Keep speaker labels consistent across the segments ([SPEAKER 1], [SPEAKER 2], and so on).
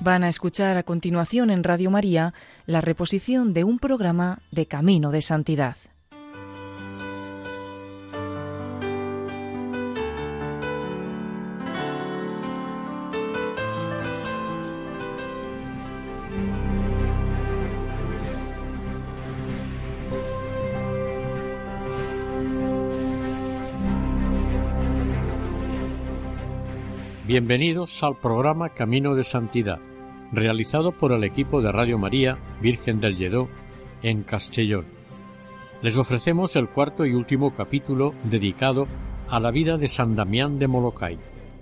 [SPEAKER 1] Van a escuchar a continuación en Radio María la reposición de un programa de Camino de Santidad.
[SPEAKER 2] Bienvenidos al programa Camino de Santidad, realizado por el equipo de Radio María Virgen del Lledó, en Castellón. Les ofrecemos el cuarto y último capítulo dedicado a la vida de San Damián de Molokai.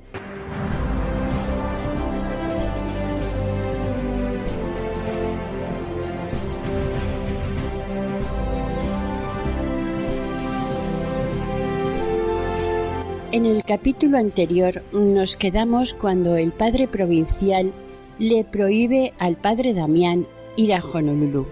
[SPEAKER 3] En el capítulo anterior nos quedamos cuando el padre provincial le prohíbe al padre Damián ir a Honolulu.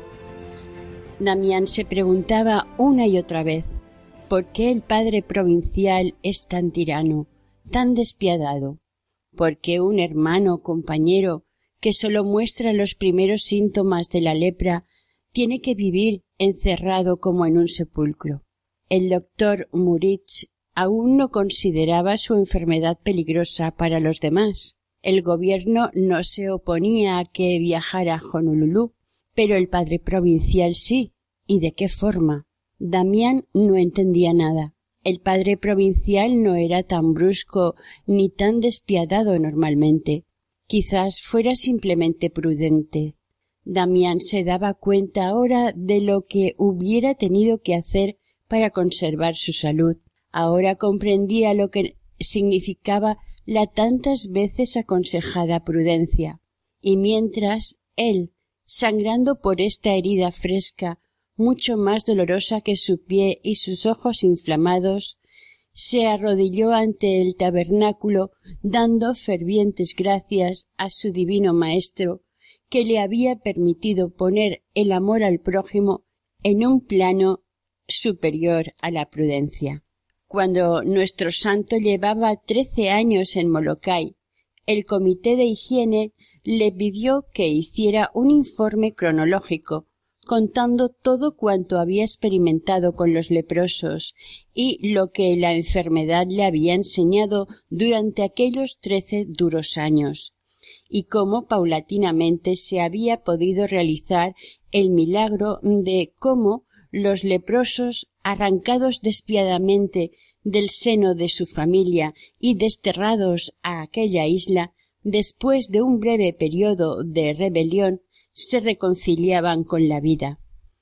[SPEAKER 3] Damián se preguntaba una y otra vez ¿por qué el padre provincial es tan tirano, tan despiadado? ¿Por qué un hermano compañero que solo muestra los primeros síntomas de la lepra tiene que vivir encerrado como en un sepulcro? El doctor Moritz aún no consideraba su enfermedad peligrosa para los demás. El gobierno no se oponía a que viajara a Honolulu, pero el padre provincial sí. ¿Y de qué forma? Damián no entendía nada. El padre provincial no era tan brusco ni tan despiadado normalmente. Quizás fuera simplemente prudente. Damián se daba cuenta ahora de lo que hubiera tenido que hacer para conservar su salud. Ahora comprendía lo que significaba la tantas veces aconsejada prudencia. Y mientras él, sangrando por esta herida fresca, mucho más dolorosa que su pie y sus ojos inflamados, se arrodilló ante el tabernáculo dando fervientes gracias a su divino maestro que le había permitido poner el amor al prójimo en un plano superior a la prudencia. Cuando nuestro santo llevaba 13 años en Molokai, el comité de higiene le pidió que hiciera un informe cronológico contando todo cuanto había experimentado con los leprosos y lo que la enfermedad le había enseñado durante aquellos 13 duros años, y cómo paulatinamente se había podido realizar el milagro de cómo los leprosos, arrancados despiadadamente del seno de su familia y desterrados a aquella isla, después de un breve periodo de rebelión, se reconciliaban con la vida.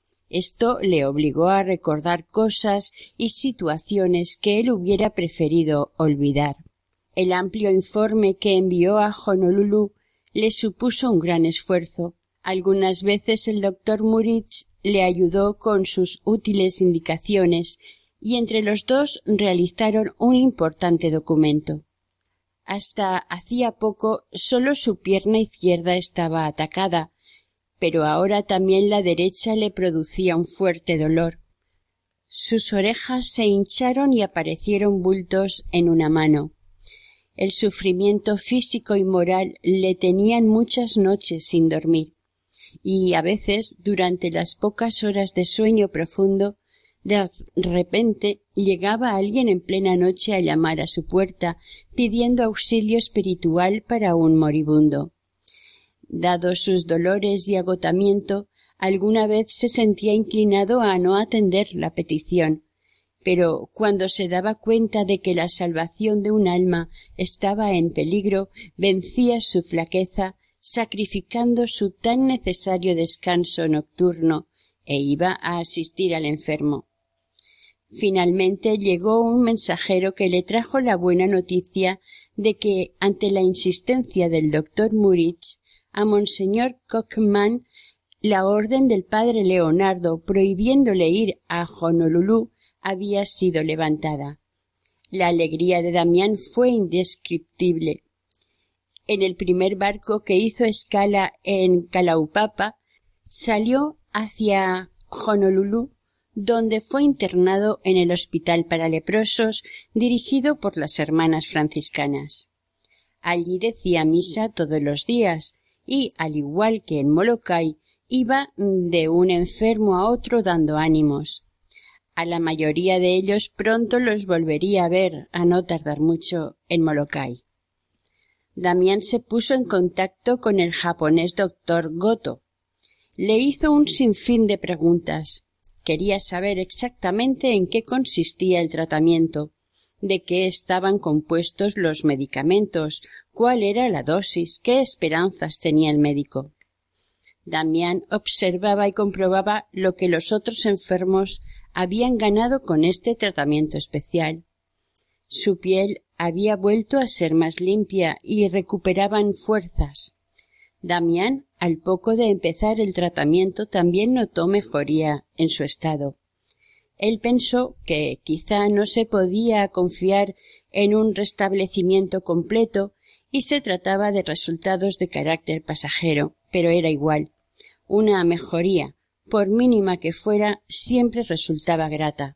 [SPEAKER 3] Esto le obligó a recordar cosas y situaciones que él hubiera preferido olvidar. El amplio informe que envió a Honolulu le supuso un gran esfuerzo. Algunas veces el doctor Moritz le ayudó con sus útiles indicaciones y entre los dos realizaron un importante documento. Hasta hacía poco sólo su pierna izquierda estaba atacada, pero ahora también la derecha le producía un fuerte dolor. Sus orejas se hincharon y aparecieron bultos en una mano. El sufrimiento físico y moral le tenían muchas noches sin dormir, y a veces, durante las pocas horas de sueño profundo, de repente llegaba alguien en plena noche a llamar a su puerta, pidiendo auxilio espiritual para un moribundo. Dados sus dolores y agotamiento, alguna vez se sentía inclinado a no atender la petición, pero cuando se daba cuenta de que la salvación de un alma estaba en peligro, vencía su flaqueza, sacrificando su tan necesario descanso nocturno, e iba a asistir al enfermo. Finalmente llegó un mensajero que le trajo la buena noticia de que, ante la insistencia del doctor Moritz, a monseñor Kochman, la orden del padre Leonardo prohibiéndole ir a Honolulu había sido levantada. La alegría de Damián fue indescriptible. En el primer barco que hizo escala en Kalaupapa, salió hacia Honolulu, donde fue internado en el hospital para leprosos dirigido por las hermanas franciscanas. Allí decía misa todos los días y, al igual que en Molokai, iba de un enfermo a otro dando ánimos. A la mayoría de ellos pronto los volvería a ver, a no tardar mucho, en Molokai. Damián se puso en contacto con el japonés doctor Goto. Le hizo un sinfín de preguntas. Quería saber exactamente en qué consistía el tratamiento, de qué estaban compuestos los medicamentos, cuál era la dosis, qué esperanzas tenía el médico. Damián observaba y comprobaba lo que los otros enfermos habían ganado con este tratamiento especial. Su piel había vuelto a ser más limpia y recuperaban fuerzas. Damián, al poco de empezar el tratamiento, también notó mejoría en su estado. Él pensó que quizá no se podía confiar en un restablecimiento completo y se trataba de resultados de carácter pasajero, pero era igual. Una mejoría, por mínima que fuera, siempre resultaba grata.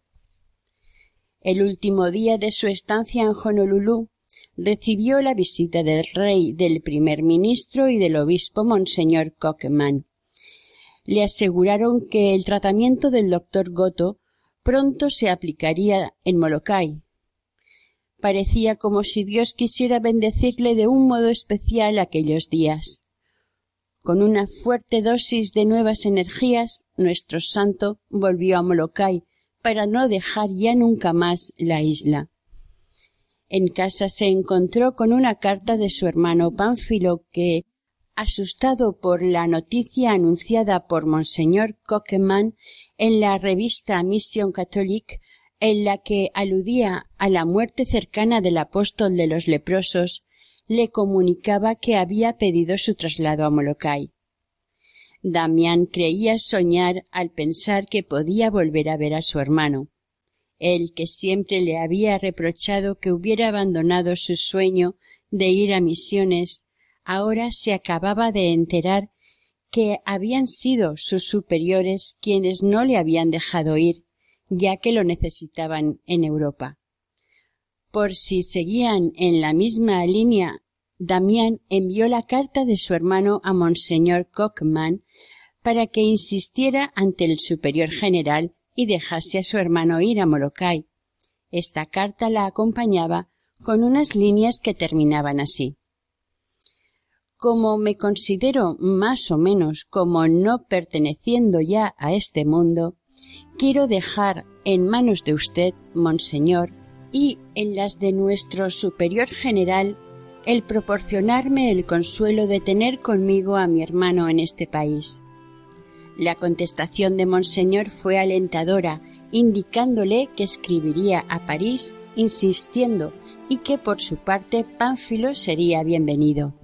[SPEAKER 3] El último día de su estancia en Honolulu recibió la visita del rey, del primer ministro y del obispo Monseñor Kokeman. Le aseguraron que el tratamiento del doctor Goto pronto se aplicaría en Molokai. Parecía como si Dios quisiera bendecirle de un modo especial aquellos días. Con una fuerte dosis de nuevas energías, nuestro santo volvió a Molokai para no dejar ya nunca más la isla. En casa se encontró con una carta de su hermano Pánfilo que, asustado por la noticia anunciada por Monseñor Kokeman en la revista Mission Catholique, en la que aludía a la muerte cercana del apóstol de los leprosos, le comunicaba que había pedido su traslado a Molokai. Damián creía soñar al pensar que podía volver a ver a su hermano. Él, que siempre le había reprochado que hubiera abandonado su sueño de ir a misiones, ahora se acababa de enterar que habían sido sus superiores quienes no le habían dejado ir, ya que lo necesitaban en Europa. Por si seguían en la misma línea, Damián envió la carta de su hermano a Monseñor Kokeman para que insistiera ante el superior general y dejase a su hermano ir a Molokai. Esta carta la acompañaba con unas líneas que terminaban así: como me considero más o menos como no perteneciendo ya a este mundo, quiero dejar en manos de usted, monseñor, y en las de nuestro superior general, el proporcionarme el consuelo de tener conmigo a mi hermano en este país. La contestación de monseñor fue alentadora, indicándole que escribiría a París, insistiendo, y que por su parte Pánfilo sería bienvenido.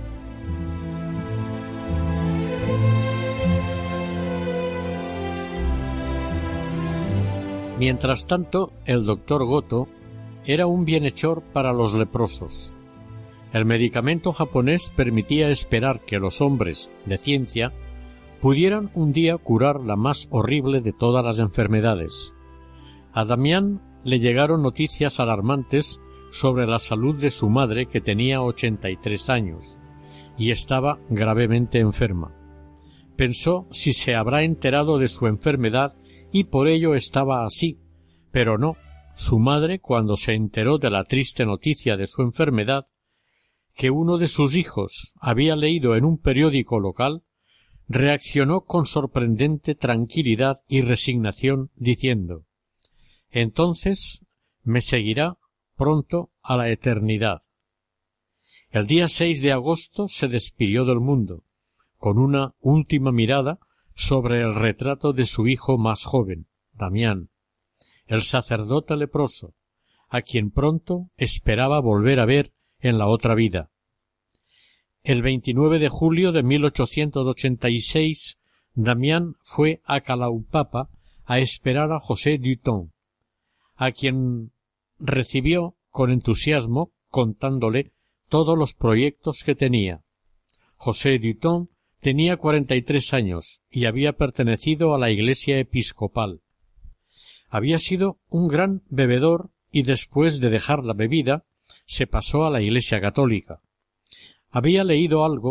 [SPEAKER 2] Mientras tanto, el doctor Goto era un bienhechor para los leprosos. El medicamento japonés permitía esperar que los hombres de ciencia pudieran un día curar la más horrible de todas las enfermedades. A Damián le llegaron noticias alarmantes sobre la salud de su madre, que tenía 83 años y estaba gravemente enferma. Pensó si se habrá enterado de su enfermedad y por ello estaba así, pero no. Su madre, cuando se enteró de la triste noticia de su enfermedad, que uno de sus hijos había leído en un periódico local, reaccionó con sorprendente tranquilidad y resignación, diciendo: «Entonces me seguirá pronto a la eternidad». El día 6 de agosto se despidió del mundo, con una última mirada sobre el retrato de su hijo más joven, Damián, el sacerdote leproso, a quien pronto esperaba volver a ver en la otra vida. El 29 de julio de 1886, Damián fue a Kalaupapa a esperar a José Dutton, a quien recibió con entusiasmo, contándole todos los proyectos que tenía. José Dutton tenía 43 años y había pertenecido a la Iglesia episcopal. Había sido un gran bebedor y después de dejar la bebida se pasó a la Iglesia católica. Había leído algo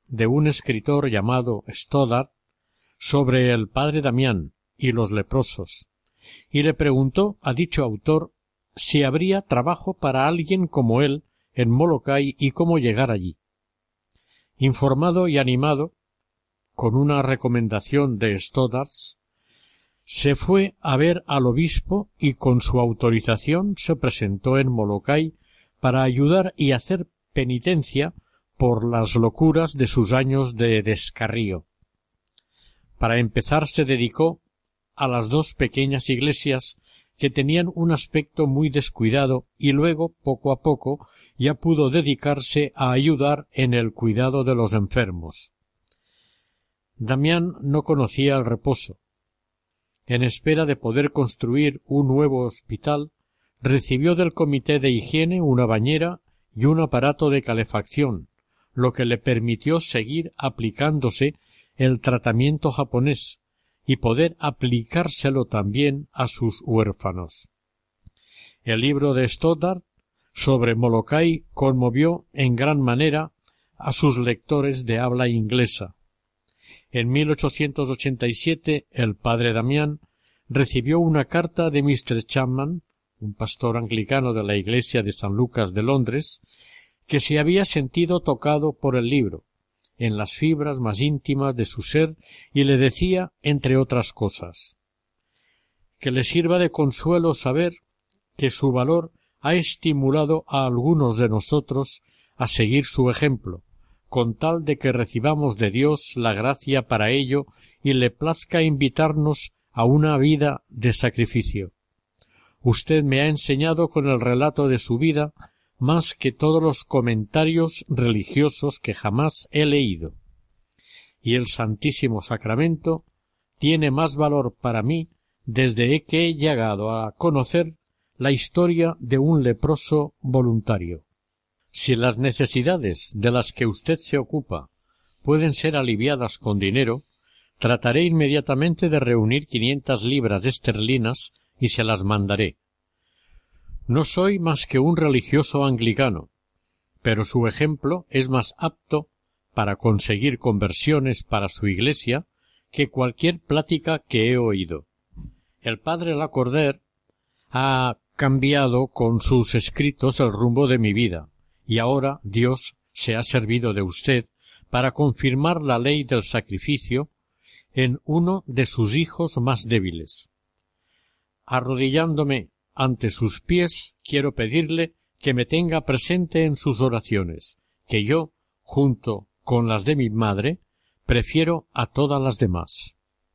[SPEAKER 2] de un escritor llamado Stoddard sobre el padre Damián y los leprosos, y le preguntó a dicho autor si habría trabajo para alguien como él en Molokai y cómo llegar allí. Informado y animado, con una recomendación de Stoddard, se fue a ver al obispo y con su autorización se presentó en Molokai para ayudar y hacer penitencia por las locuras de sus años de descarrío. Para empezar se dedicó a las dos pequeñas iglesias que tenían un aspecto muy descuidado y luego, poco a poco, ya pudo dedicarse a ayudar en el cuidado de los enfermos. Damián no conocía el reposo. En espera de poder construir un nuevo hospital, recibió del comité de higiene una bañera y un aparato de calefacción, lo que le permitió seguir aplicándose el tratamiento japonés y poder aplicárselo también a sus huérfanos. El libro de Stoddard sobre Molokai conmovió en gran manera a sus lectores de habla inglesa. En 1887 el padre Damián recibió una carta de Mr. Chapman, un pastor anglicano de la iglesia de San Lucas de Londres, que se había sentido tocado por el libro, en las fibras más íntimas de su ser, y le decía, entre otras cosas, que le sirva de consuelo saber que su valor ha estimulado a algunos de nosotros a seguir su ejemplo, con tal de que recibamos de Dios la gracia para ello y le plazca invitarnos a una vida de sacrificio. Usted me ha enseñado con el relato de su vida más que todos los comentarios religiosos que jamás he leído, y el Santísimo Sacramento tiene más valor para mí desde que he llegado a conocer la historia de un leproso voluntario. Si las necesidades de las que usted se ocupa pueden ser aliviadas con dinero, trataré inmediatamente de reunir 500 libras esterlinas y se las mandaré. No soy más que un religioso anglicano, pero su ejemplo es más apto para conseguir conversiones para su iglesia que cualquier plática que he oído. El padre Lacordaire ha cambiado con sus escritos el rumbo de mi vida, y ahora Dios se ha servido de usted para confirmar la ley del sacrificio en uno de sus hijos más débiles. Arrodillándome ante sus pies, quiero pedirle que me tenga presente en sus oraciones, que yo, junto con las de mi madre, prefiero a todas las demás.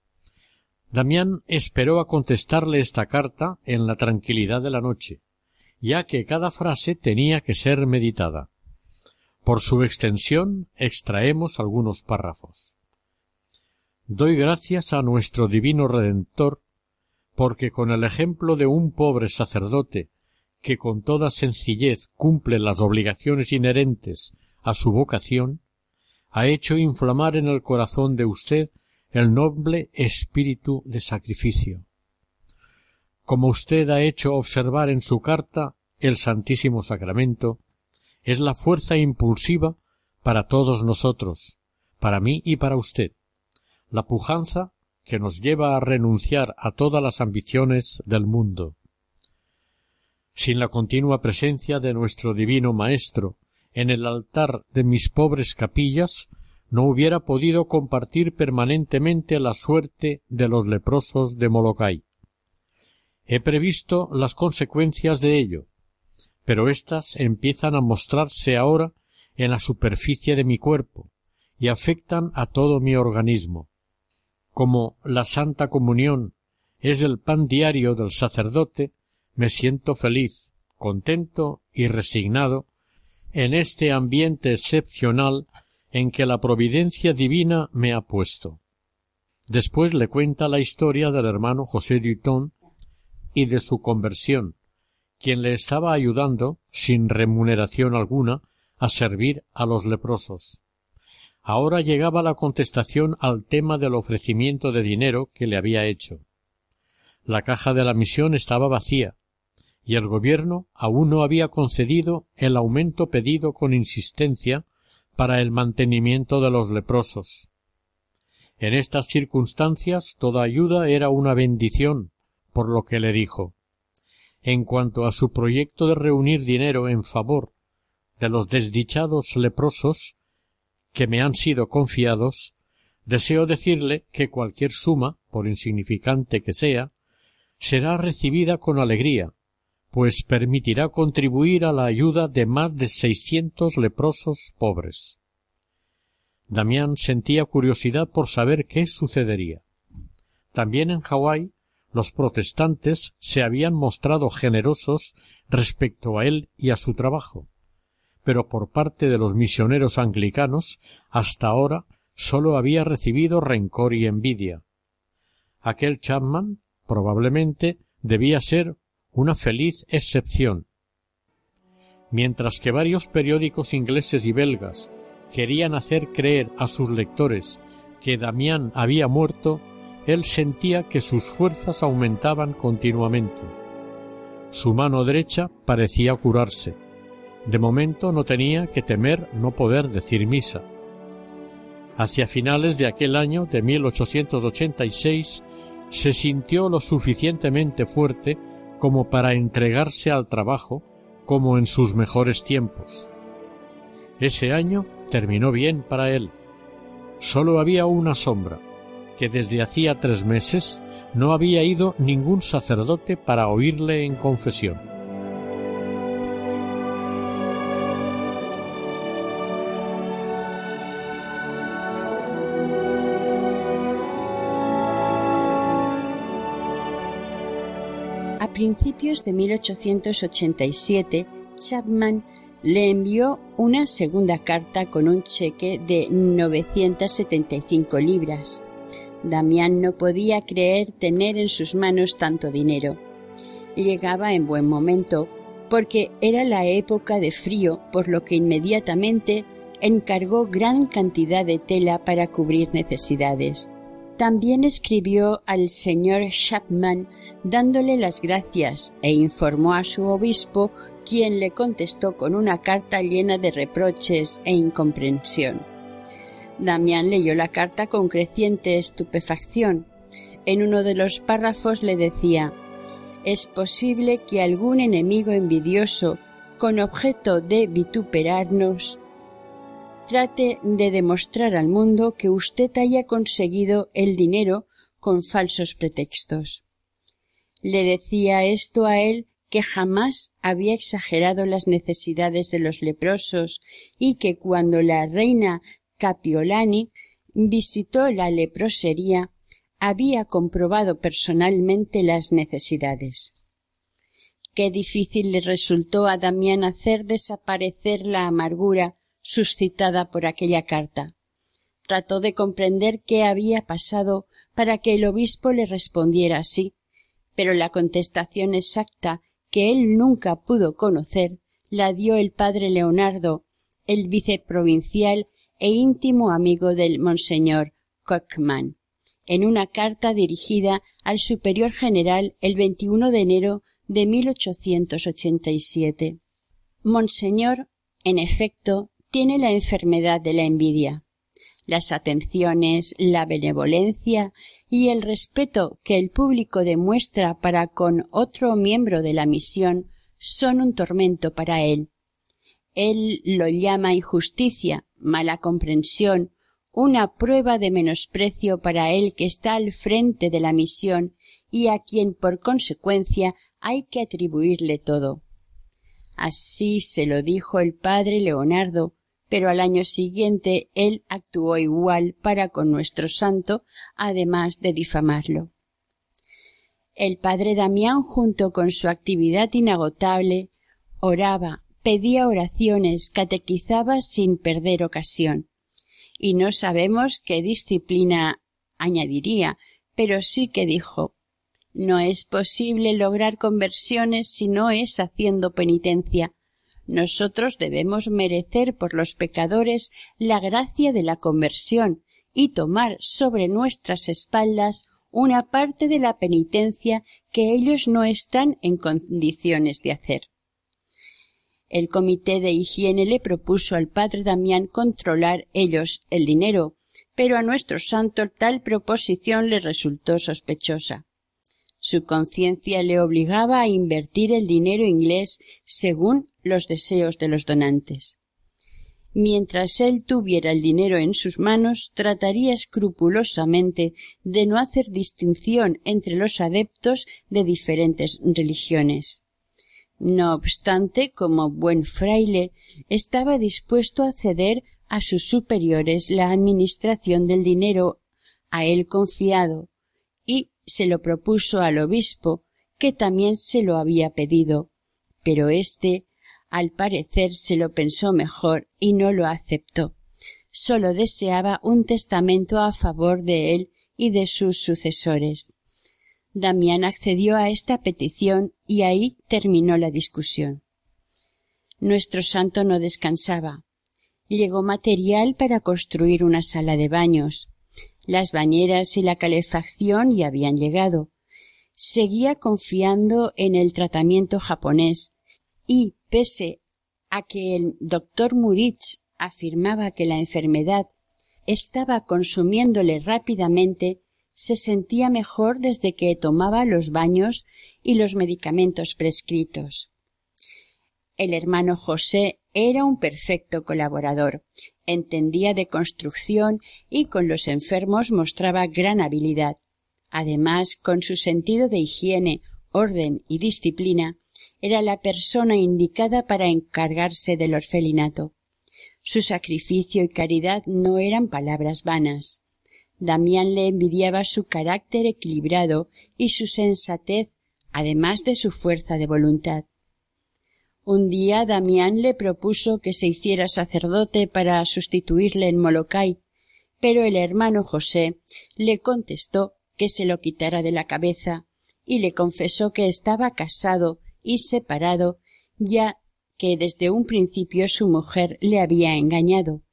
[SPEAKER 2] Damián esperó a contestarle esta carta en la tranquilidad de la noche, ya que cada frase tenía que ser meditada. Por su extensión extraemos algunos párrafos. Doy gracias a nuestro divino Redentor, porque con el ejemplo de un pobre sacerdote que con toda sencillez cumple las obligaciones inherentes a su vocación, ha hecho inflamar en el corazón de usted el noble espíritu de sacrificio. Como usted ha hecho observar en su carta, el Santísimo Sacramento es la fuerza impulsiva para todos nosotros, para mí y para usted, la pujanza que nos lleva a renunciar a todas las ambiciones del mundo. Sin la continua presencia de nuestro divino Maestro en el altar de mis pobres capillas, no hubiera podido compartir permanentemente la suerte de los leprosos de Molokai. He previsto las consecuencias de ello, pero éstas empiezan a mostrarse ahora en la superficie de mi cuerpo y afectan a todo mi organismo. Como la Santa Comunión es el pan diario del sacerdote, me siento feliz, contento y resignado en este ambiente excepcional en que la providencia divina me ha puesto. Después le cuenta la historia del hermano José Dutton y de su conversión, quien le estaba ayudando, sin remuneración alguna, a servir a los leprosos. Ahora llegaba la contestación al tema del ofrecimiento de dinero que le había hecho. La caja de la misión estaba vacía, y el gobierno aún no había concedido el aumento pedido con insistencia para el mantenimiento de los leprosos. En estas circunstancias toda ayuda era una bendición, por lo que le dijo: en cuanto a su proyecto de reunir dinero en favor de los desdichados leprosos que me han sido confiados, deseo decirle que cualquier suma, por insignificante que sea, será recibida con alegría, pues permitirá contribuir a la ayuda de más de 600 leprosos pobres. Damián sentía curiosidad por saber qué sucedería. También en Hawái los protestantes se habían mostrado generosos respecto a él y a su trabajo, pero por parte de los misioneros anglicanos hasta ahora sólo había recibido rencor y envidia. Aquel Chapman probablemente debía ser una feliz excepción. Mientras que varios periódicos ingleses y belgas querían hacer creer a sus lectores que Damián había muerto, él sentía que sus fuerzas aumentaban continuamente. Su mano derecha parecía curarse. De momento no tenía que temer no poder decir misa. Hacia finales de aquel año de 1886 se sintió lo suficientemente fuerte como para entregarse al trabajo como en sus mejores tiempos. Ese año terminó bien para él. Sólo había una sombra, que desde hacía 3 meses no había ido ningún sacerdote para oírle en confesión.
[SPEAKER 3] A principios de 1887, Chapman le envió una segunda carta con un cheque de 975 libras. Damián no podía creer tener en sus manos tanto dinero. Llegaba en buen momento, porque era la época de frío, por lo que inmediatamente encargó gran cantidad de tela para cubrir necesidades. También escribió al señor Chapman dándole las gracias e informó a su obispo, quien le contestó con una carta llena de reproches e incomprensión. Damián leyó la carta con creciente estupefacción. En uno de los párrafos le decía: «Es posible que algún enemigo envidioso, con objeto de vituperarnos, trate de demostrar al mundo que usted haya conseguido el dinero con falsos pretextos». Le decía esto a él, que jamás había exagerado las necesidades de los leprosos y que cuando la reina Kapiolani visitó la leprosería había comprobado personalmente las necesidades. Qué difícil le resultó a Damián hacer desaparecer la amargura suscitada por aquella carta. Trató de comprender qué había pasado para que el obispo le respondiera así, pero la contestación exacta, que él nunca pudo conocer, la dio el padre Leonardo, el viceprovincial e íntimo amigo del monseñor Cockman, en una carta dirigida al superior general el 21 de enero de 1887. Monseñor, en efecto, tiene la enfermedad de la envidia. Las atenciones, la benevolencia y el respeto que el público demuestra para con otro miembro de la misión son un tormento para él. Él lo llama injusticia, mala comprensión, una prueba de menosprecio para él que está al frente de la misión y a quien por consecuencia hay que atribuirle todo. Así se lo dijo el padre Leonardo, pero al año siguiente él actuó igual para con nuestro santo, además de difamarlo. El padre Damián, junto con su actividad inagotable, oraba, pedía oraciones, catequizaba sin perder ocasión. Y no sabemos qué disciplina añadiría, pero sí que dijo: «No es posible lograr conversiones si no es haciendo penitencia. Nosotros debemos merecer por los pecadores la gracia de la conversión y tomar sobre nuestras espaldas una parte de la penitencia que ellos no están en condiciones de hacer». El comité de higiene le propuso al padre Damián controlar ellos el dinero, pero a nuestro santo tal proposición le resultó sospechosa. Su conciencia le obligaba a invertir el dinero inglés según los deseos de los donantes. Mientras él tuviera el dinero en sus manos, trataría escrupulosamente de no hacer distinción entre los adeptos de diferentes religiones. No obstante, como buen fraile, estaba dispuesto a ceder a sus superiores la administración del dinero a él confiado, y se lo propuso al obispo, que también se lo había pedido, pero éste, al parecer, se lo pensó mejor y no lo aceptó. Sólo deseaba un testamento a favor de él y de sus sucesores. Damián accedió a esta petición y ahí terminó la discusión. Nuestro santo no descansaba. Llegó material para construir una sala de baños. Las bañeras y la calefacción ya habían llegado. Seguía confiando en el tratamiento japonés y, pese a que el doctor Muritz afirmaba que la enfermedad estaba consumiéndole rápidamente, se sentía mejor desde que tomaba los baños y los medicamentos prescritos. El hermano José era un perfecto colaborador, entendía de construcción y con los enfermos mostraba gran habilidad. Además, con su sentido de higiene, orden y disciplina, era la persona indicada para encargarse del orfelinato. Su sacrificio y caridad no eran palabras vanas. Damián le envidiaba su carácter equilibrado y su sensatez, además de su fuerza de voluntad. Un día Damián le propuso que se hiciera sacerdote para sustituirle en Molokai, pero el hermano José le contestó que se lo quitara de la cabeza y le confesó que estaba casado y separado, ya que desde un principio su mujer le había engañado.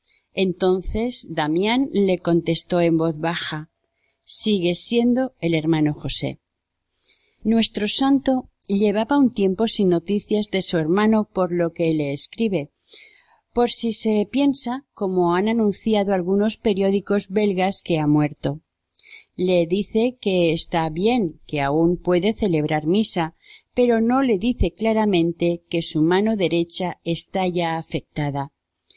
[SPEAKER 3] Entonces Damián le contestó en voz baja: «Sigue siendo el hermano José». Nuestro santo llevaba un tiempo sin noticias de su hermano, por lo que le escribe, por si se piensa, como han anunciado algunos periódicos belgas, que ha muerto. Le dice que está bien, que aún puede celebrar misa, pero no le dice claramente que su mano derecha está ya afectada.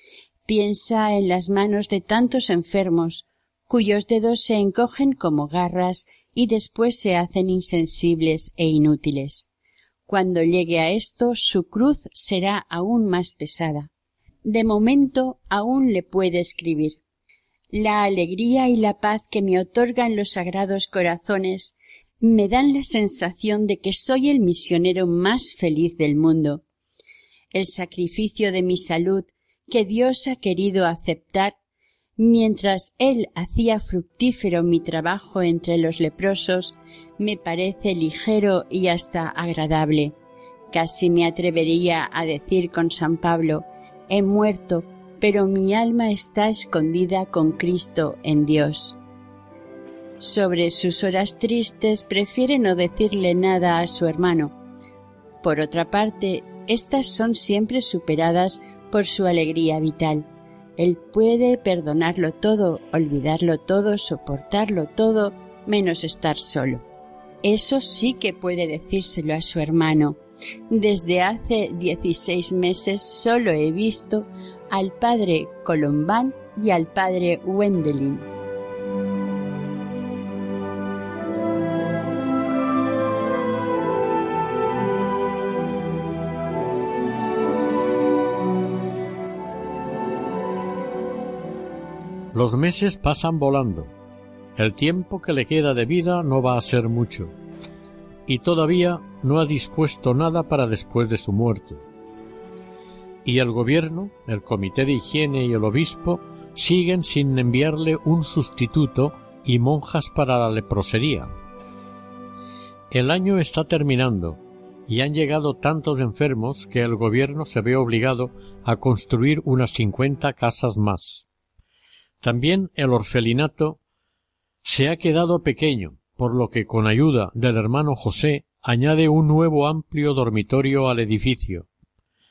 [SPEAKER 3] Piensa en las manos de tantos enfermos, cuyos dedos se encogen como garras y después se hacen insensibles e inútiles. Cuando llegue a esto, su cruz será aún más pesada. De momento aún le puede escribir: «La alegría y la paz que me otorgan los sagrados corazones me dan la sensación de que soy el misionero más feliz del mundo. El sacrificio de mi salud que Dios ha querido aceptar, mientras Él hacía fructífero mi trabajo entre los leprosos, me parece ligero y hasta agradable. Casi me atrevería a decir con San Pablo: he muerto, pero mi alma está escondida con Cristo en Dios». Sobre sus horas tristes prefiere no decirle nada a su hermano. Por otra parte, éstas son siempre superadas por su alegría vital. Él puede perdonarlo todo, olvidarlo todo, soportarlo todo, menos estar solo. Eso sí que puede decírselo a su hermano. Desde hace 16 meses solo he visto al padre Colombán y al padre Wendelin.
[SPEAKER 2] Los meses pasan volando. El tiempo que le queda de vida no va a ser mucho, y todavía no ha dispuesto nada para después de su muerte. Y el gobierno, el comité de higiene y el obispo siguen sin enviarle un sustituto y monjas para la leprosería. El año está terminando y han llegado tantos enfermos que el gobierno se ve obligado a construir unas 50 casas más. También el orfelinato se ha quedado pequeño, por lo que con ayuda del hermano José añade un nuevo amplio dormitorio al edificio.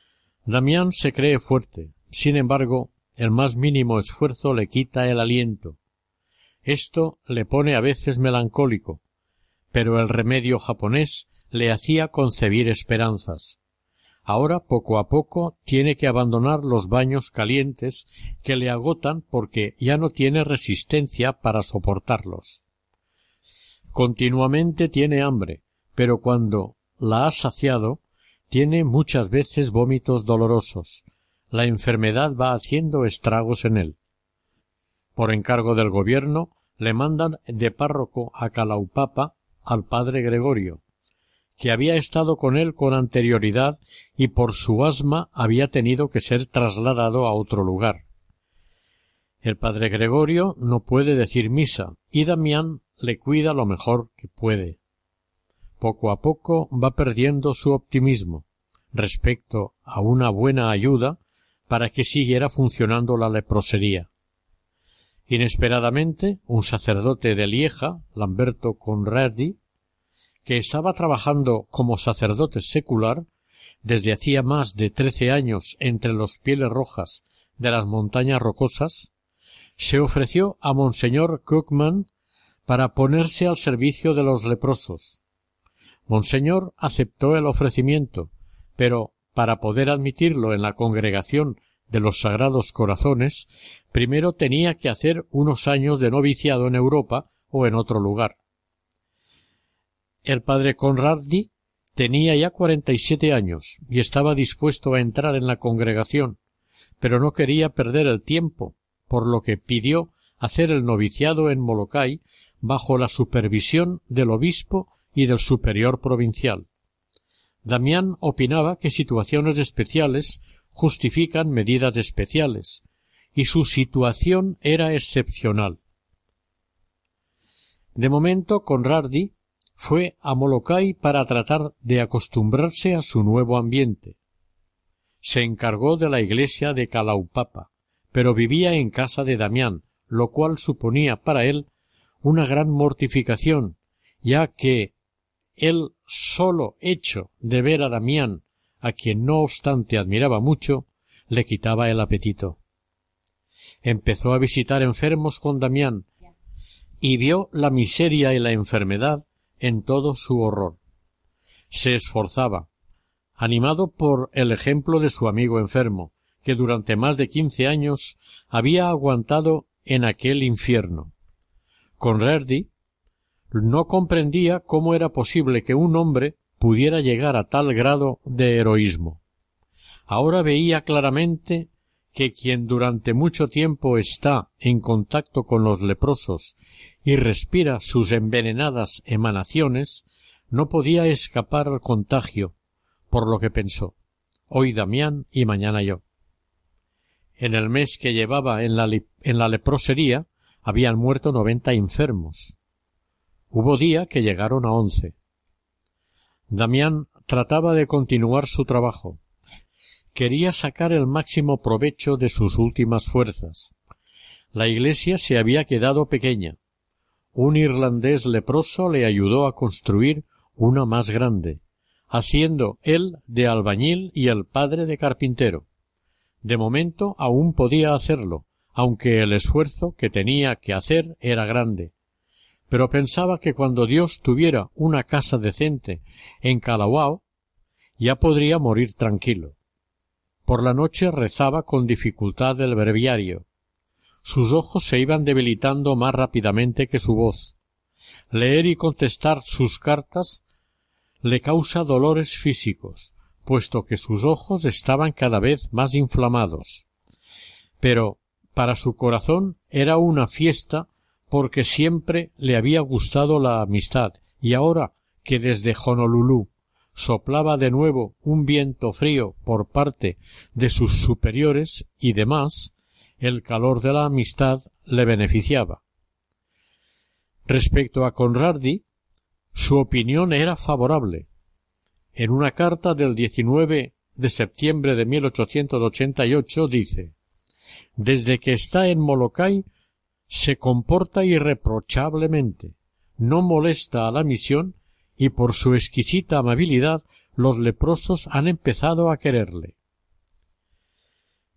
[SPEAKER 2] Damián se cree fuerte, sin embargo, el más mínimo esfuerzo le quita el aliento. Esto le pone a veces melancólico, pero el remedio japonés le hacía concebir esperanzas. Ahora, poco a poco, tiene que abandonar los baños calientes que le agotan porque ya no tiene resistencia para soportarlos. Continuamente tiene hambre, pero cuando la ha saciado, tiene muchas veces vómitos dolorosos. La enfermedad va haciendo estragos en él. Por encargo del gobierno, le mandan de párroco a Kalaupapa al padre Gregorio, que había estado con él con anterioridad y por su asma había tenido que ser trasladado a otro lugar. El padre Gregorio no puede decir misa y Damián le cuida lo mejor que puede. Poco a poco va perdiendo su optimismo respecto a una buena ayuda para que siguiera funcionando la leprosería. Inesperadamente, un sacerdote de Lieja, Lamberto Conradi, que estaba trabajando como sacerdote secular desde hacía más de 13 años entre los Pieles Rojas de las Montañas Rocosas, se ofreció a Monseñor Koopman para ponerse al servicio de los leprosos. Monseñor aceptó el ofrecimiento, pero para poder admitirlo en la congregación de los Sagrados Corazones, primero tenía que hacer unos años de noviciado en Europa o en otro lugar. El padre Conradi tenía ya 47 años y estaba dispuesto a entrar en la congregación, pero no quería perder el tiempo, por lo que pidió hacer el noviciado en Molokai bajo la supervisión del obispo y del superior provincial. Damián opinaba que situaciones especiales justifican medidas especiales, y su situación era excepcional. De momento, Conradi fue a Molokai para tratar de acostumbrarse a su nuevo ambiente. Se encargó de la iglesia de Kalaupapa, pero vivía en casa de Damián, lo cual suponía para él una gran mortificación, ya que el solo hecho de ver a Damián, a quien no obstante admiraba mucho, le quitaba el apetito. Empezó a visitar enfermos con Damián y vio la miseria y la enfermedad en todo su horror. Se esforzaba, animado por el ejemplo de su amigo enfermo, que durante más de 15 años había aguantado en aquel infierno. Conradi no comprendía cómo era posible que un hombre pudiera llegar a tal grado de heroísmo. Ahora veía claramente que quien durante mucho tiempo está en contacto con los leprosos y respira sus envenenadas emanaciones, no podía escapar al contagio, por lo que pensó, hoy Damián y mañana yo. En el mes que llevaba en la leprosería habían muerto 90 enfermos. Hubo día que llegaron a 11. Damián trataba de continuar su trabajo. Quería sacar el máximo provecho de sus últimas fuerzas. La iglesia se había quedado pequeña. Un irlandés leproso le ayudó a construir una más grande, haciendo él de albañil y el padre de carpintero. De momento aún podía hacerlo, aunque el esfuerzo que tenía que hacer era grande. Pero pensaba que cuando Dios tuviera una casa decente en Kalawao, ya podría morir tranquilo. Por la noche rezaba con dificultad el breviario. Sus ojos se iban debilitando más rápidamente que su voz. Leer y contestar sus cartas le causa dolores físicos, puesto que sus ojos estaban cada vez más inflamados. Pero para su corazón era una fiesta porque siempre le había gustado la amistad, y ahora que desde Honolulu soplaba de nuevo un viento frío por parte de sus superiores y demás, el calor de la amistad le beneficiaba. Respecto a Conradi, su opinión era favorable. En una carta del 19 de septiembre de 1888 dice: «Desde que está en Molokai se comporta irreprochablemente, no molesta a la misión y por su exquisita amabilidad los leprosos han empezado a quererle.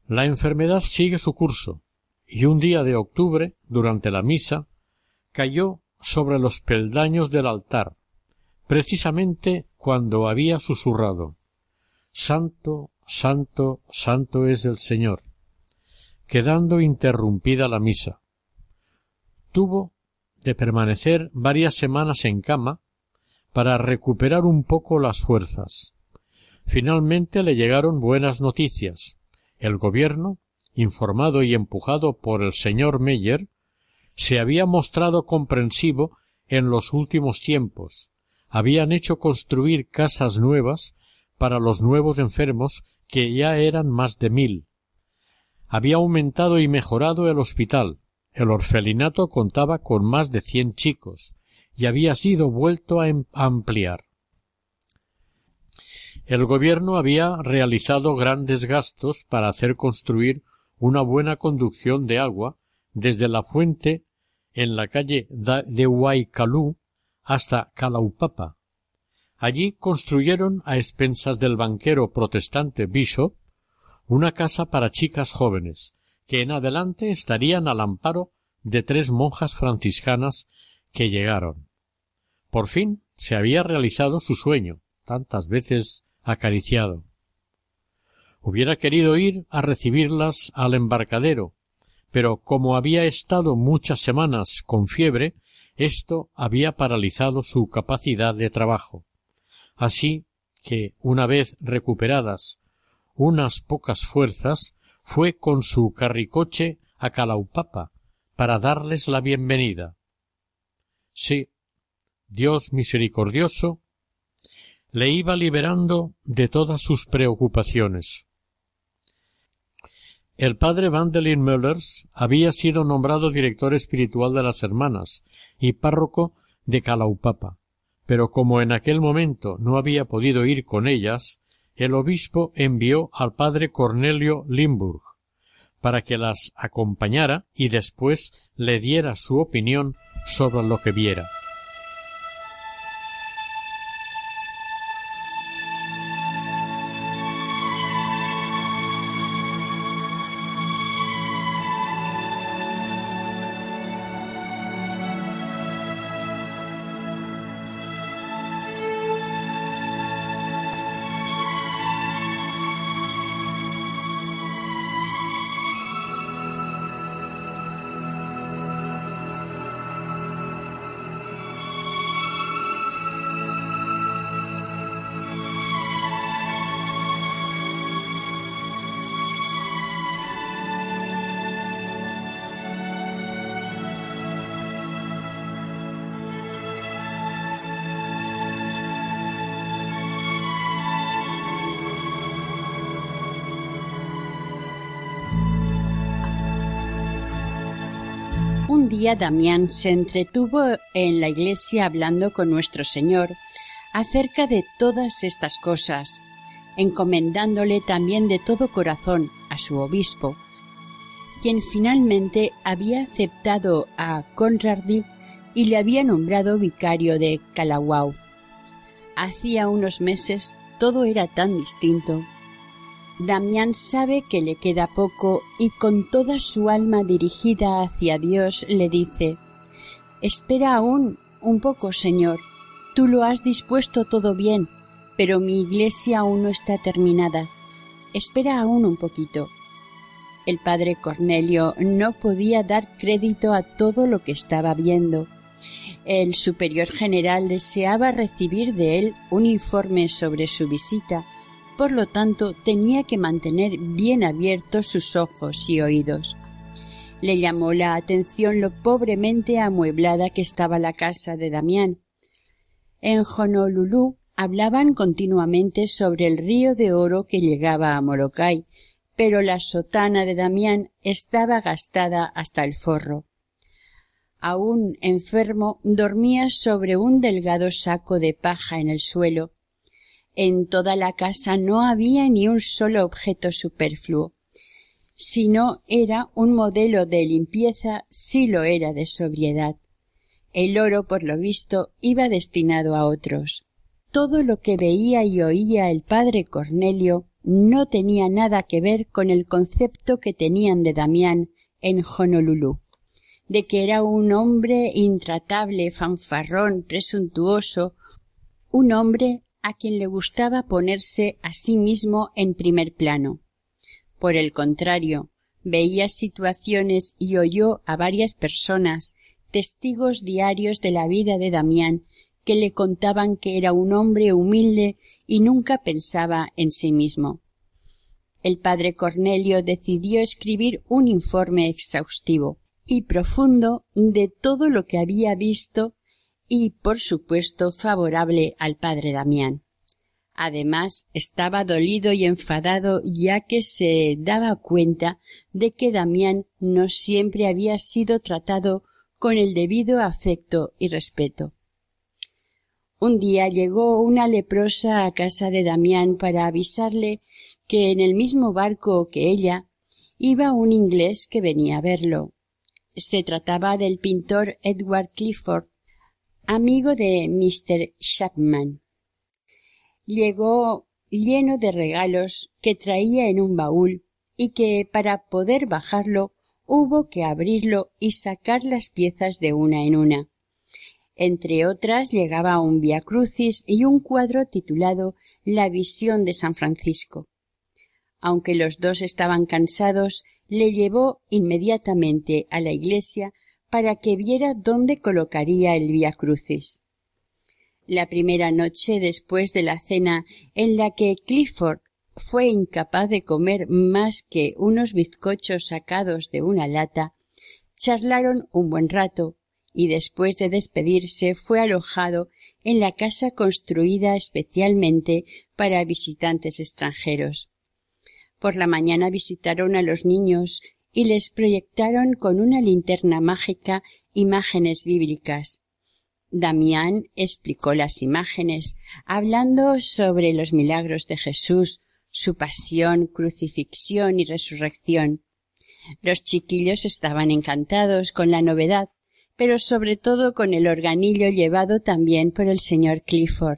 [SPEAKER 2] La enfermedad sigue su curso, y un día de octubre, durante la misa, cayó sobre los peldaños del altar, precisamente cuando había susurrado: «Santo, santo, santo es el Señor», quedando interrumpida la misa. Tuvo de permanecer varias semanas en cama para recuperar un poco las fuerzas. Finalmente le llegaron buenas noticias. El gobierno, informado y empujado por el señor Meyer, se había mostrado comprensivo en los últimos tiempos. Habían hecho construir casas nuevas para los nuevos enfermos, que ya eran más de 1000. Había aumentado y mejorado el hospital. El orfelinato contaba con más de 100 chicos y había sido vuelto a ampliar. El gobierno había realizado grandes gastos para hacer construir una buena conducción de agua desde la fuente en la calle de Huaycalú hasta Kalaupapa. Allí construyeron, a expensas del banquero protestante Bishop, una casa para chicas jóvenes, que en adelante estarían al amparo de 3 monjas franciscanas que llegaron. Por fin se había realizado su sueño, tantas veces acariciado. Hubiera querido ir a recibirlas al embarcadero, pero como había estado muchas semanas con fiebre, esto había paralizado su capacidad de trabajo. Así que, una vez recuperadas unas pocas fuerzas, fue con su carricoche a Kalaupapa para darles la bienvenida. Sí, Dios misericordioso le iba liberando de todas sus preocupaciones. El padre Vandelin Möllers había sido nombrado director espiritual de las hermanas y párroco de Kalaupapa, pero como en aquel momento no había podido ir con ellas, el obispo envió al padre Cornelio Limburg para que las acompañara y después le diera su opinión sobre lo que viera.
[SPEAKER 3] Un día Damián se entretuvo en la iglesia hablando con nuestro Señor acerca de todas estas cosas, encomendándole también de todo corazón a su obispo, quien finalmente había aceptado a Conradi y le había nombrado vicario de Kalawao. Hacía unos meses todo era tan distinto. Damián sabe que le queda poco y con toda su alma dirigida hacia Dios le dice: «Espera aún un poco, Señor. Tú lo has dispuesto todo bien, pero mi iglesia aún no está terminada. Espera aún un poquito». El padre Cornelio no podía dar crédito a todo lo que estaba viendo. El superior general deseaba recibir de él un informe sobre su visita. Por lo tanto, tenía que mantener bien abiertos sus ojos y oídos. Le llamó la atención lo pobremente amueblada que estaba la casa de Damián. En Honolulu hablaban continuamente sobre el río de oro que llegaba a Molokai, pero la sotana de Damián estaba gastada hasta el forro. Aún enfermo, dormía sobre un delgado saco de paja en el suelo. En toda la casa no había ni un solo objeto superfluo. Si no era un modelo de limpieza, sí lo era de sobriedad. El oro, por lo visto, iba destinado a otros. Todo lo que veía y oía el padre Cornelio no tenía nada que ver con el concepto que tenían de Damián en Honolulu, de que era un hombre intratable, fanfarrón, presuntuoso, un hombre a quien le gustaba ponerse a sí mismo en primer plano. Por el contrario, veía situaciones y oyó a varias personas, testigos diarios de la vida de Damián, que le contaban que era un hombre humilde y nunca pensaba en sí mismo. El padre Cornelio decidió escribir un informe exhaustivo y profundo de todo lo que había visto y, por supuesto, favorable al padre Damián. Además, estaba dolido y enfadado, ya que se daba cuenta de que Damián no siempre había sido tratado con el debido afecto y respeto. Un día llegó una leprosa a casa de Damián para avisarle que en el mismo barco que ella iba un inglés que venía a verlo. Se trataba del pintor Edward Clifford, amigo de Mr. Chapman. Llegó lleno de regalos que traía en un baúl y que, para poder bajarlo, hubo que abrirlo y sacar las piezas de una en una. Entre otras llegaba un viacrucis y un cuadro titulado La visión de San Francisco. Aunque los dos estaban cansados, le llevó inmediatamente a la iglesia para que viera dónde colocaría el viacrucis. La primera noche después de la cena, en la que Clifford fue incapaz de comer más que unos bizcochos sacados de una lata, charlaron un buen rato, y después de despedirse fue alojado en la casa construida especialmente para visitantes extranjeros. Por la mañana visitaron a los niños y les proyectaron con una linterna mágica imágenes bíblicas. Damián explicó las imágenes, hablando sobre los milagros de Jesús, su pasión, crucifixión y resurrección. Los chiquillos estaban encantados con la novedad, pero sobre todo con el organillo llevado también por el señor Clifford.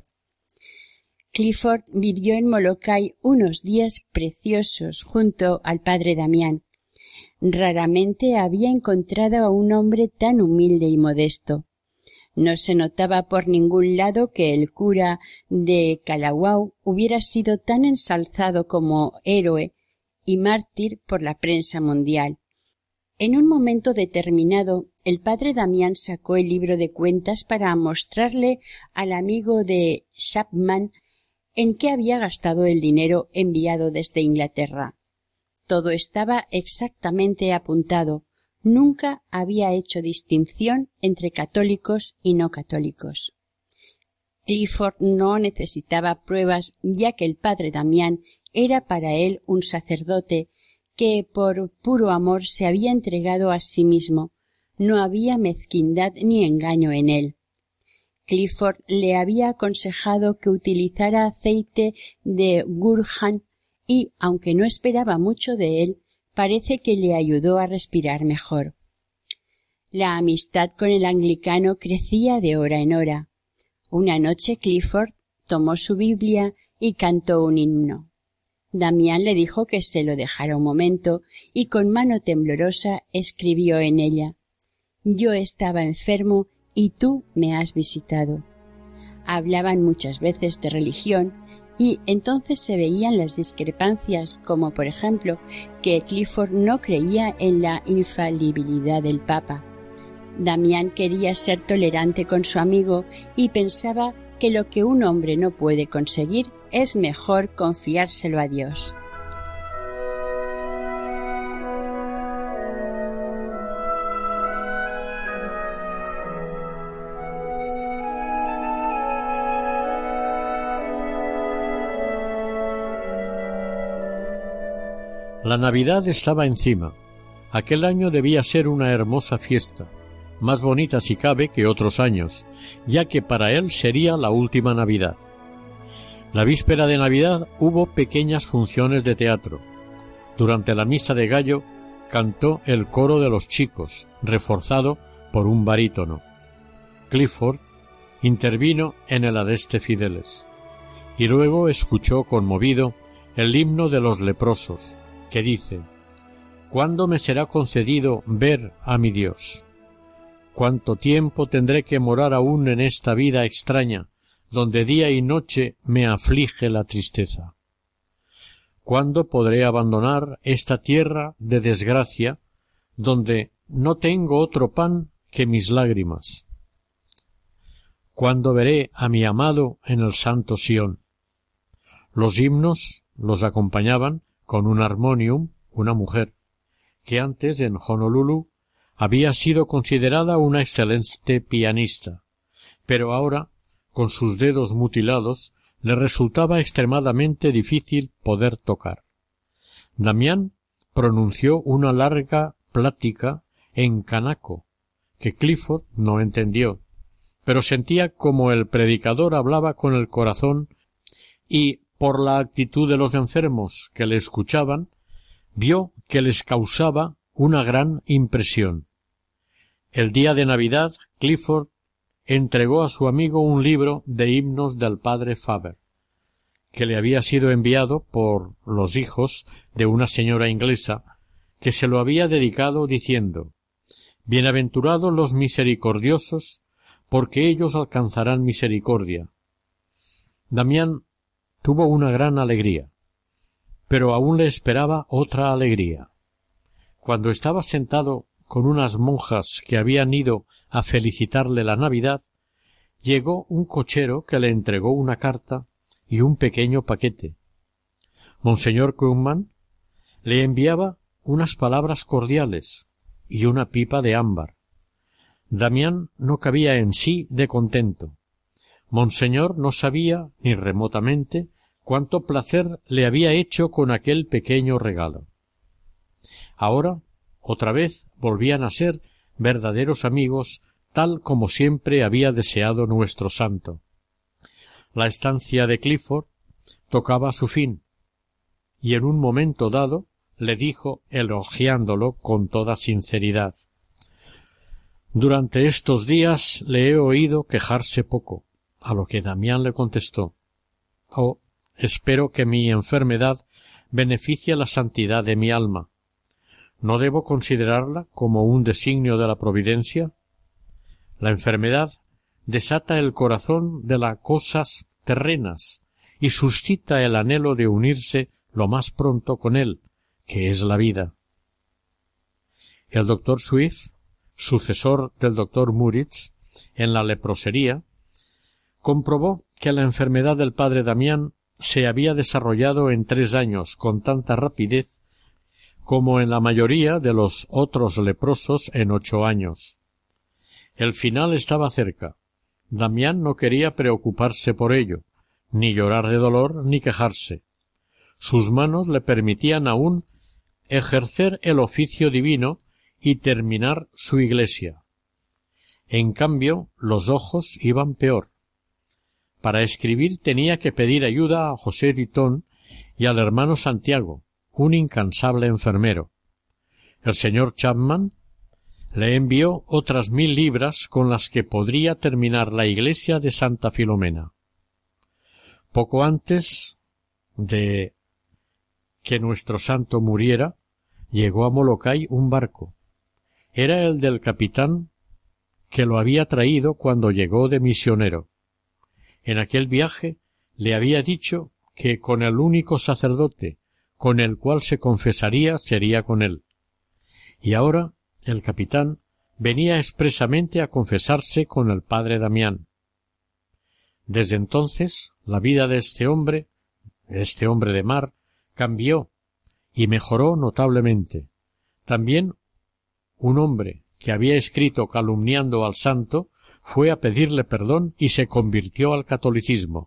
[SPEAKER 3] Clifford vivió en Molokai unos días preciosos junto al padre Damián. Raramente había encontrado a un hombre tan humilde y modesto. No se notaba por ningún lado que el cura de Kalawao hubiera sido tan ensalzado como héroe y mártir por la prensa mundial. En un momento determinado, el padre Damián sacó el libro de cuentas para mostrarle al amigo de Chapman en qué había gastado el dinero enviado desde Inglaterra. Todo estaba exactamente apuntado. Nunca había hecho distinción entre católicos y no católicos. Clifford no necesitaba pruebas, ya que el padre Damián era para él un sacerdote que por puro amor se había entregado a sí mismo. No había mezquindad ni engaño en él. Clifford le había aconsejado que utilizara aceite de gurjan y, aunque no esperaba mucho de él, parece que le ayudó a respirar mejor. La amistad con el anglicano crecía de hora en hora. Una noche Clifford tomó su Biblia y cantó un himno. Damián le dijo que se lo dejara un momento y con mano temblorosa escribió en ella: «Yo estaba enfermo y tú me has visitado». Hablaban muchas veces de religión y entonces se veían las discrepancias, como por ejemplo que Clifford no creía en la infalibilidad del Papa. Damián quería ser tolerante con su amigo y pensaba que lo que un hombre no puede conseguir es mejor confiárselo a Dios.
[SPEAKER 2] La Navidad estaba encima. Aquel año debía ser una hermosa fiesta, más bonita si cabe que otros años, ya que para él sería la última Navidad. La víspera de Navidad hubo pequeñas funciones de teatro. Durante la misa de gallo cantó el coro de los chicos, reforzado por un barítono. Clifford intervino en el Adeste Fideles, y luego escuchó conmovido el himno de los leprosos, que dice: ¿Cuándo me será concedido ver a mi Dios? ¿Cuánto tiempo tendré que morar aún en esta vida extraña, donde día y noche me aflige la tristeza? ¿Cuándo podré abandonar esta tierra de desgracia, donde no tengo otro pan que mis lágrimas? ¿Cuándo veré a mi amado en el santo Sión? Los himnos los acompañaban con un armonium una mujer, que antes en Honolulu había sido considerada una excelente pianista, pero ahora, con sus dedos mutilados, le resultaba extremadamente difícil poder tocar. Damián pronunció una larga plática en canaco, que Clifford no entendió, pero sentía como el predicador hablaba con el corazón y, por la actitud de los enfermos que le escuchaban, vio que les causaba una gran impresión. El día de Navidad, Clifford entregó a su amigo un libro de himnos del padre Faber, que le había sido enviado por los hijos de una señora inglesa, que se lo había dedicado diciendo: «Bienaventurados los misericordiosos, porque ellos alcanzarán misericordia». Damián tuvo una gran alegría, pero aún le esperaba otra alegría. Cuando estaba sentado con unas monjas que habían ido a felicitarle la Navidad, llegó un cochero que le entregó una carta y un pequeño paquete. Monseñor Krugman le enviaba unas palabras cordiales y una pipa de ámbar. Damián no cabía en sí de contento. Monseñor no sabía ni remotamente cuánto placer le había hecho con aquel pequeño regalo. Ahora, otra vez, volvían a ser verdaderos amigos, tal como siempre había deseado nuestro santo. La estancia de Clifford tocaba a su fin, y en un momento dado le dijo, elogiándolo con toda sinceridad: «Durante estos días le he oído quejarse poco», a lo que Damián le contestó: «Oh, espero que mi enfermedad beneficie la santidad de mi alma. ¿No debo considerarla como un designio de la providencia? La enfermedad desata el corazón de las cosas terrenas y suscita el anhelo de unirse lo más pronto con él, que es la vida». El doctor Swift, sucesor del doctor Müritz en la leprosería, comprobó que la enfermedad del padre Damián se había desarrollado en 3 años con tanta rapidez como en la mayoría de los otros leprosos en 8 años. El final estaba cerca. Damián no quería preocuparse por ello, ni llorar de dolor, ni quejarse. Sus manos le permitían aún ejercer el oficio divino y terminar su iglesia. En cambio, los ojos iban peor. Para escribir tenía que pedir ayuda a José Ditton y al hermano Santiago, un incansable enfermero. El señor Chapman le envió otras 1000 libras con las que podría terminar la iglesia de Santa Filomena. Poco antes de que nuestro santo muriera, llegó a Molokai un barco. Era el del capitán que lo había traído cuando llegó de misionero. En aquel viaje le había dicho que con el único sacerdote con el cual se confesaría sería con él. Y ahora el capitán venía expresamente a confesarse con el padre Damián. Desde entonces la vida de este hombre de mar, cambió y mejoró notablemente. También un hombre que había escrito calumniando al santo fue a pedirle perdón y se convirtió al catolicismo.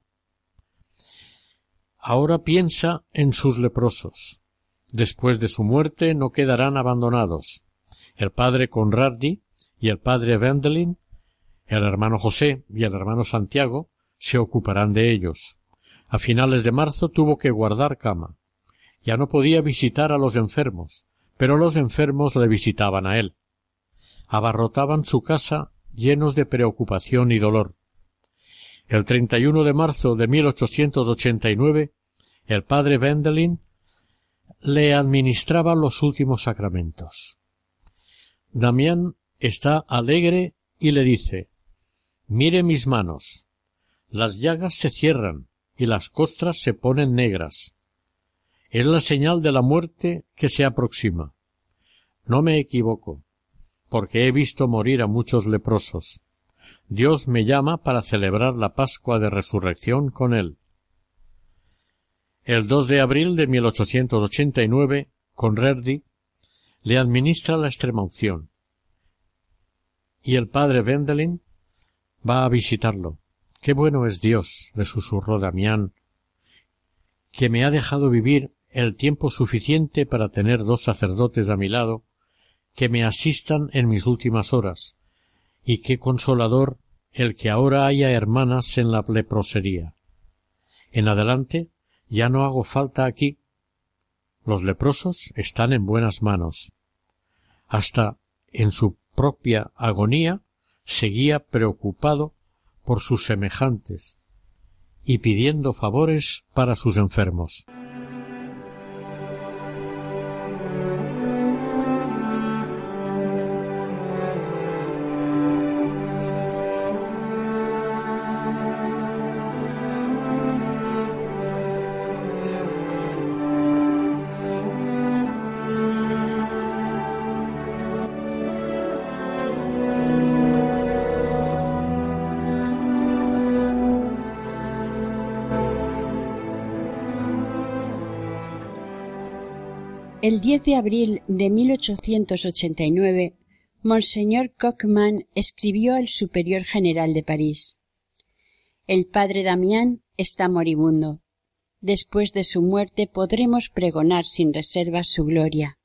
[SPEAKER 2] Ahora piensa en sus leprosos. Después de su muerte no quedarán abandonados. El padre Conradi y el padre Wendelin, el hermano José y el hermano Santiago se ocuparán de ellos. A finales de marzo tuvo que guardar cama. Ya no podía visitar a los enfermos, pero los enfermos le visitaban a él. Abarrotaban su casa llenos de preocupación y dolor. El 31 de marzo de 1889 El padre Wendelin le administraba los últimos sacramentos. Damián está alegre y le dice: «Mire mis manos. Las llagas se cierran y las costras se ponen negras. Es la señal de la muerte que se aproxima. No me equivoco, porque he visto morir a muchos leprosos. Dios me llama para celebrar la Pascua de Resurrección con él». El 2 de abril de 1889, Conrerdi le administra la extremaunción, y el padre Wendelin va a visitarlo. «Qué bueno es Dios», le susurró Damián, «que me ha dejado vivir el tiempo suficiente para tener 2 sacerdotes a mi lado que me asistan en mis últimas horas, y qué consolador el que ahora haya hermanas en la leprosería. En adelante ya no hago falta aquí. Los leprosos están en buenas manos». Hasta en su propia agonía seguía preocupado por sus semejantes y pidiendo favores para sus enfermos.
[SPEAKER 3] El 10 de abril de 1889, Monseñor Coquelin escribió al Superior General de París: «El padre Damián está moribundo. Después de su muerte podremos pregonar sin reservas su gloria».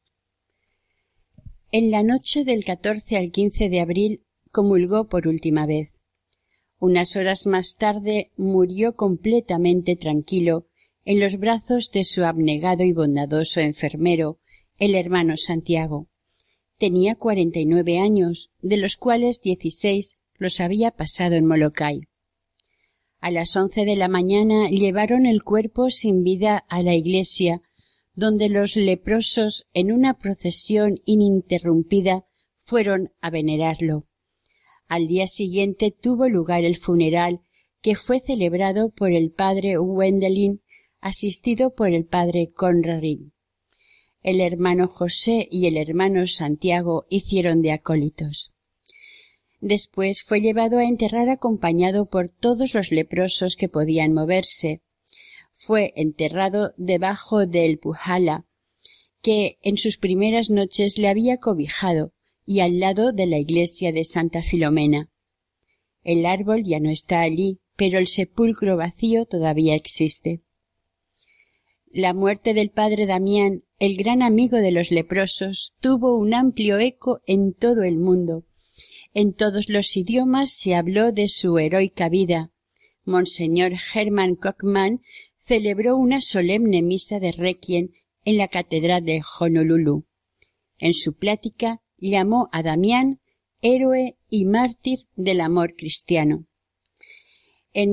[SPEAKER 3] En la noche del 14 al 15 de abril comulgó por última vez. Unas horas más tarde murió completamente tranquilo en los brazos de su abnegado y bondadoso enfermero, el hermano Santiago. Tenía 49 años, de los cuales 16 los había pasado en Molokai. A las 11 de la mañana llevaron el cuerpo sin vida a la iglesia, donde los leprosos, en una procesión ininterrumpida, fueron a venerarlo. Al día siguiente tuvo lugar el funeral, que fue celebrado por el padre Wendelin, asistido por el padre Conradi. El hermano José y el hermano Santiago hicieron de acólitos. Después fue llevado a enterrar acompañado por todos los leprosos que podían moverse. Fue enterrado debajo del Puhala, que en sus primeras noches le había cobijado, y al lado de la iglesia de Santa Filomena. El árbol ya no está allí, pero el sepulcro vacío todavía existe. La muerte del padre Damián, el gran amigo de los leprosos, tuvo un amplio eco en todo el mundo. En todos los idiomas se habló de su heroica vida. Monseñor Hermann Coquelin celebró una solemne misa de requiem en la catedral de Honolulu. En su plática llamó a Damián héroe y mártir del amor cristiano. En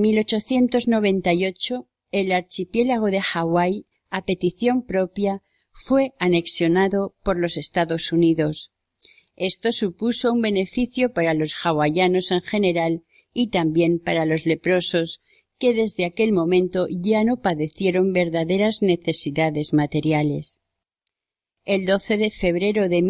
[SPEAKER 3] 1898, el archipiélago de Hawái, a petición propia, fue anexionado por los Estados Unidos. Esto supuso un beneficio para los hawaianos en general y también para los leprosos, que desde aquel momento ya no padecieron verdaderas necesidades materiales. El 12 de febrero de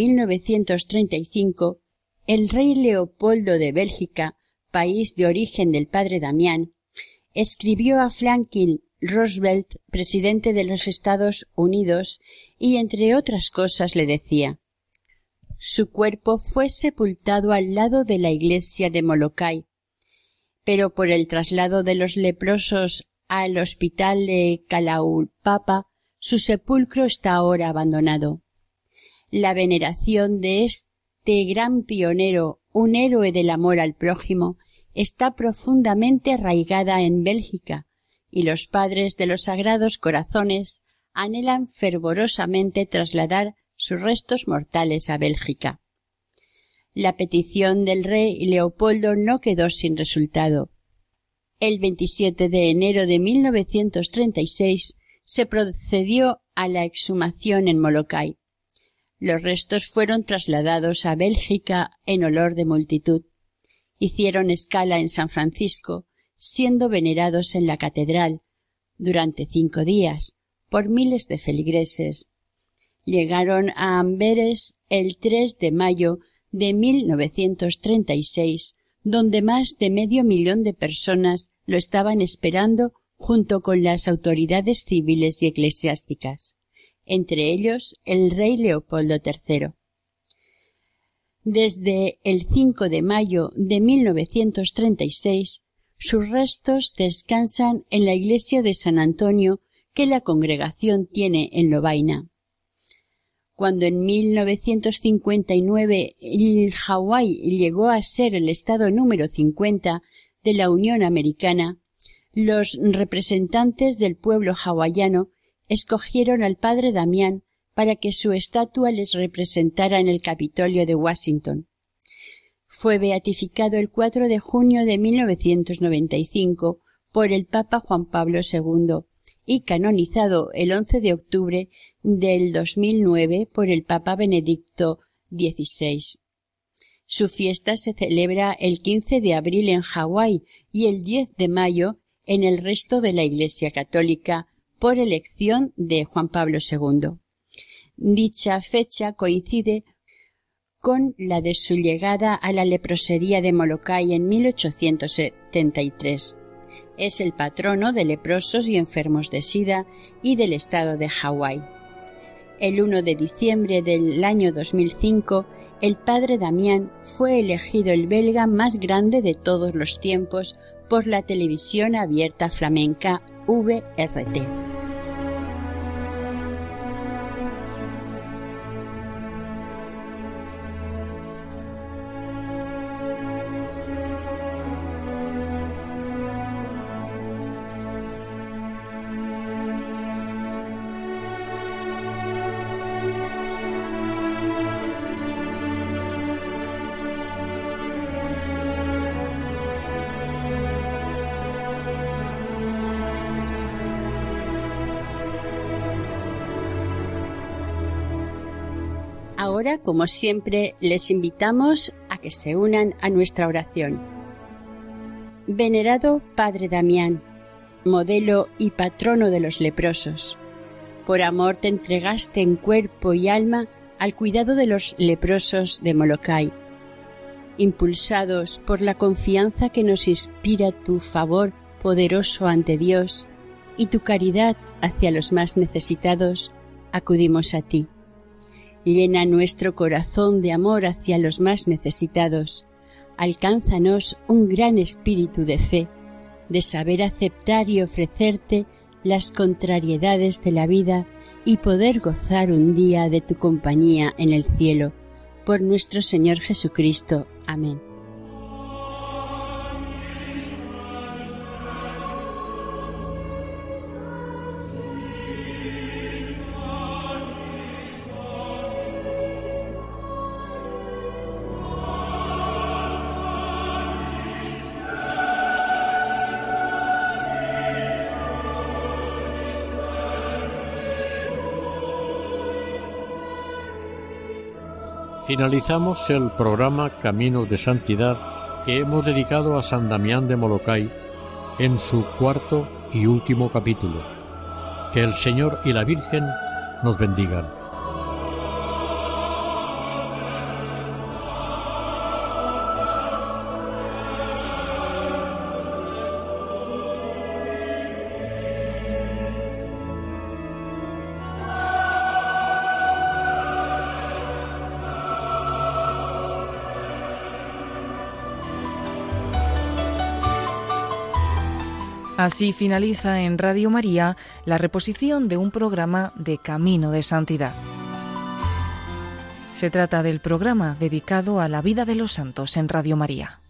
[SPEAKER 3] 1935, el rey Leopoldo de Bélgica, país de origen del padre Damián, escribió a Franklin Roosevelt, presidente de los Estados Unidos, y entre otras cosas le decía: «Su cuerpo fue sepultado al lado de la iglesia de Molokai, pero por el traslado de los leprosos al hospital de Kalaupapa, su sepulcro está ahora abandonado. La veneración de este gran pionero, un héroe del amor al prójimo, está profundamente arraigada en Bélgica, y los padres de los Sagrados Corazones anhelan fervorosamente trasladar sus restos mortales a Bélgica». La petición del rey Leopoldo no quedó sin resultado. El 27 de enero de 1936 se procedió a la exhumación en Molokai. Los restos fueron trasladados a Bélgica en olor de multitud. Hicieron escala en San Francisco, siendo venerados en la catedral durante 5 días por miles de feligreses. Llegaron a Amberes el 3 de mayo de 1936, donde más de 500.000 de personas lo estaban esperando junto con las autoridades civiles y eclesiásticas, entre ellos el rey Leopoldo III. Desde el 5 de mayo de 1936, sus restos descansan en la iglesia de San Antonio que la congregación tiene en Lovaina. Cuando en 1959 Hawái llegó a ser el estado número 50 de la Unión Americana, los representantes del pueblo hawaiano escogieron al padre Damián para que su estatua les representara en el Capitolio de Washington. Fue beatificado el 4 de junio de 1995 por el Papa Juan Pablo II y canonizado el 11 de octubre del 2009 por el Papa Benedicto XVI. Su fiesta se celebra el 15 de abril en Hawái y el 10 de mayo en el resto de la Iglesia Católica por elección de Juan Pablo II. Dicha fecha coincide con la de su llegada a la leprosería de Molokai en 1873. Es el patrono de leprosos y enfermos de SIDA y del estado de Hawái. El 1 de diciembre del año 2005, el padre Damián fue elegido el belga más grande de todos los tiempos por la televisión abierta flamenca VRT. Ahora, como siempre, les invitamos a que se unan a nuestra oración. Venerado Padre Damián, modelo y patrono de los leprosos, por amor te entregaste en cuerpo y alma al cuidado de los leprosos de Molokai. Impulsados por la confianza que nos inspira tu favor poderoso ante Dios y tu caridad hacia los más necesitados, acudimos a ti. Llena nuestro corazón de amor hacia los más necesitados. Alcánzanos un gran espíritu de fe, de saber aceptar y ofrecerte las contrariedades de la vida y poder gozar un día de tu compañía en el cielo. Por nuestro Señor Jesucristo. Amén.
[SPEAKER 2] Finalizamos el programa Camino de Santidad que hemos dedicado a San Damián de Molokai en su 4º y último capítulo. Que el Señor y la Virgen nos bendigan.
[SPEAKER 1] Así finaliza en Radio María la reposición de un programa de Camino de Santidad. Se trata del programa dedicado a la vida de los santos en Radio María.